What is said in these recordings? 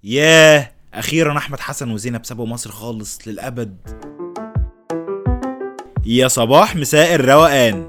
ياه، اخيرا احمد حسن وزينب سابوا مصر خالص للابد. يا صباح مساء الروقان.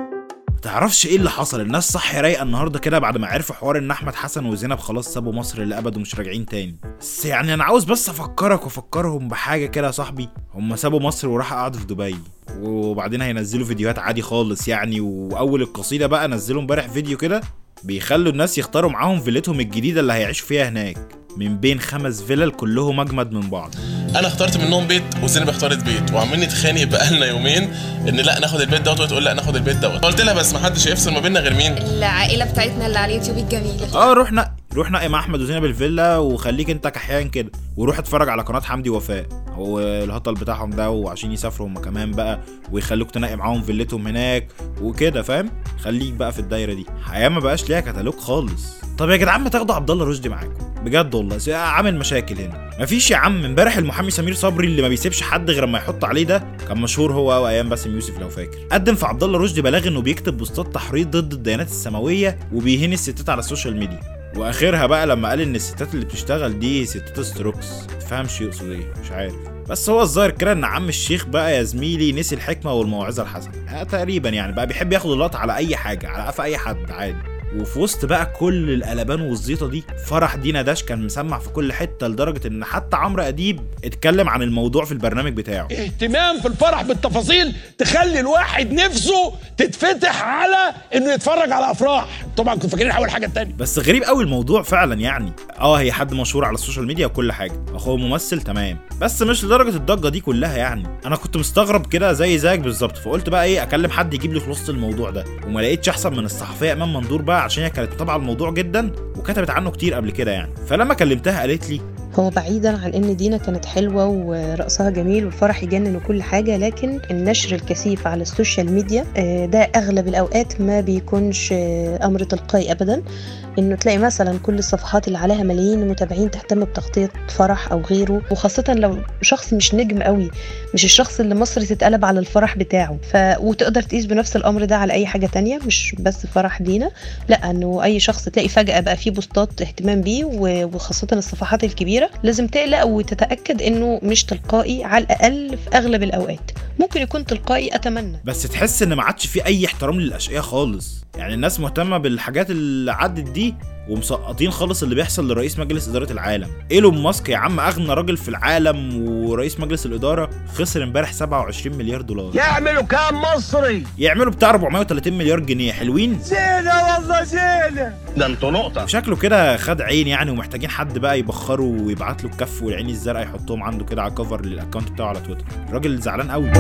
متعرفش ايه اللي حصل، الناس صح رايقه النهارده كده بعد ما عرفوا حوار ان احمد حسن وزينب خلاص سابوا مصر للابد ومش راجعين تاني. بس يعني انا عاوز بس افكرك وافكرهم بحاجه كده يا صاحبي، هم سابوا مصر وراحوا قعدوا في دبي، وبعدين هينزلوا فيديوهات عادي خالص يعني. واول القصيده بقى نزلوا امبارح فيديو كده بيخلوا الناس يختاروا معاهم فيلتهم الجديده اللي هيعيشوا فيها هناك، من بين 5 فيلل كلهم اجمد من بعض. انا اخترت منهم بيت وزينب اختارت بيت، وعمالين نتخانق بقالنا يومين ان لا ناخد البيت دوت، وتقول لا ناخد البيت دوت. قلت لها بس ما حدش هيفصل ما بيننا غير مين؟ العائله بتاعتنا اللي على اليوتيوب الجميله. روح نقي مع احمد وزينب الفيلا وخليك انت كحيان كده، وروح اتفرج على قناه حمدي وفاء هو الهطل بتاعهم ده، وعشان يسافروا هم كمان بقى ويخلوك تنقي معاهم فيلتهم هناك وكده، فاهم؟ خليك بقى في الدايره دي. حياه ما بقاش ليها كتالوج خالص. طب يا جدعان ما تاخدوا عبد الله رشدي معاكم بجد والله، عامل مشاكل هنا. مفيش يا عم، امبارح المحامي سمير صبري اللي ما بيسيبش حد غير اما يحط عليه ده، كان مشهور هو وايام باسم يوسف لو فاكر، قدم في عبد الله رشدي بلاغ انه بيكتب بوستات تحريض ضد الديانات السماويه وبيهين الستات على السوشيال ميديا. واخرها بقى لما قال ان الستات اللي بتشتغل دي ستات ستروكس، تفهمش يقصد ايه، مش عارف. بس هو الظاهر كده ان عم الشيخ بقى يا زميلي نسي الحكمه والموعظه الحسنه تقريبا، يعني بقى بيحب ياخد اللقطه على اي حاجه، على قفا اي حد عادي. وفي وسط بقى كل القلبان والزيطه دي، فرح دينا داش كان مسمع في كل حته لدرجه ان حتى عمرو اديب اتكلم عن الموضوع في البرنامج بتاعه. اهتمام في الفرح بالتفاصيل تخلي الواحد نفسه تتفتح على انه يتفرج على افراح. طبعا كنت فاكرين اول حاجه التانية، بس غريب قوي الموضوع فعلا يعني. هي حد مشهور على السوشيال ميديا وكل حاجه، اخوه ممثل تمام، بس مش لدرجه الضجه دي كلها يعني. انا كنت مستغرب كده زيك بالظبط، فقلت بقى ايه اكلم حد يجيب لي خلاصه الموضوع ده، وما لقيتش احسن من الصحفيه امام مندور بقى، عشان هي كانت متابعه الموضوع جدا وكتبت عنه كتير قبل كده يعني. فلما كلمتها قالت لي هو بعيدا عن ان دينا كانت حلوه ورقصها جميل والفرح يجنن وكل حاجه، لكن النشر الكثيف على السوشيال ميديا ده اغلب الاوقات ما بيكونش امر تلقائي ابدا، انه تلاقي مثلا كل الصفحات اللي عليها ملايين المتابعين تهتم بتغطيه فرح او غيره، وخاصه لو شخص مش نجم قوي، مش الشخص اللي مصر تتقلب على الفرح بتاعه. وتقدر تقيس بنفس الامر ده على اي حاجه تانية، مش بس فرح دينا، لا، انه اي شخص تلاقي فجاه بقى فيه بوستات اهتمام بيه، وخاصه الصفحات الكبيره لازم تقلق وتتاكد انه مش تلقائي، على الاقل في اغلب الاوقات. ممكن يكون تلقائي اتمنى، بس تحس ان ما عادش فيه اي احترام للاشقياء خالص يعني. الناس مهتمه بالحاجات اللي عدت دي ومسقطين خالص اللي بيحصل لرئيس مجلس اداره العالم. ايلون ماسك يا عم اغنى راجل في العالم ورئيس مجلس الاداره، خسر امبارح 27 مليار دولار. يعملوا كام مصري؟ يعملوا بتاع 430 مليار جنيه. حلوين زينه والله زينه، ده انتوا نقطه. شكله كده خد عين يعني، ومحتاجين حد بقى يبخره ويبعت له الكف والعين الزرقاء يحطهم عنده كده على كفر للاكونت بتاعه على تويتر. الراجل زعلان قوي.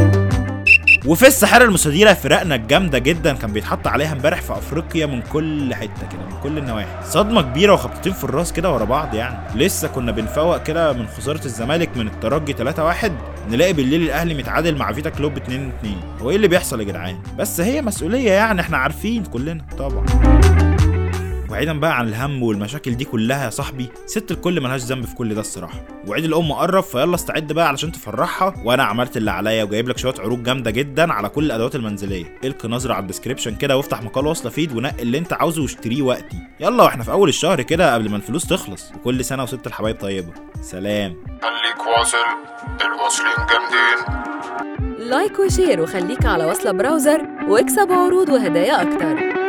وفي السحاره المستديره فرقنا الجامده جدا كان بيتحط عليها امبارح في افريقيا من كل حته كده، من كل النواحي. صدمه كبيره وخبطتين في الراس كده ورا بعض يعني. لسه كنا بنفوق كده من خساره الزمالك من الترجي 3-1، نلاقي بالليل الاهلي متعادل مع فيتا كلوب 2-2. هو ايه اللي بيحصل يا جدعان؟ بس هي مسؤوليه يعني، احنا عارفين كلنا طبعا. وبعيدا بقى عن الهم والمشاكل دي كلها يا صاحبي، ست الكل ملهاش ذنب في كل ده الصراحه. وعيد الام قرب، فيلا استعد بقى علشان تفرحها. وانا عملت اللي عليا وجايب لك شويه عروض جامده جدا على كل الادوات المنزليه. القي نظره على الديسكريبشن كده وافتح مقال واصله فيد ونقي اللي انت عاوزه واشتريه وقتي. يلا واحنا في اول الشهر كده قبل ما الفلوس تخلص. وكل سنه وست الحبايب طيبه. سلام. خليك واصل، الواصلين جامدين. لايك وشير وخليك على وصلة براوزر واكسب عروض وهدايا اكتر.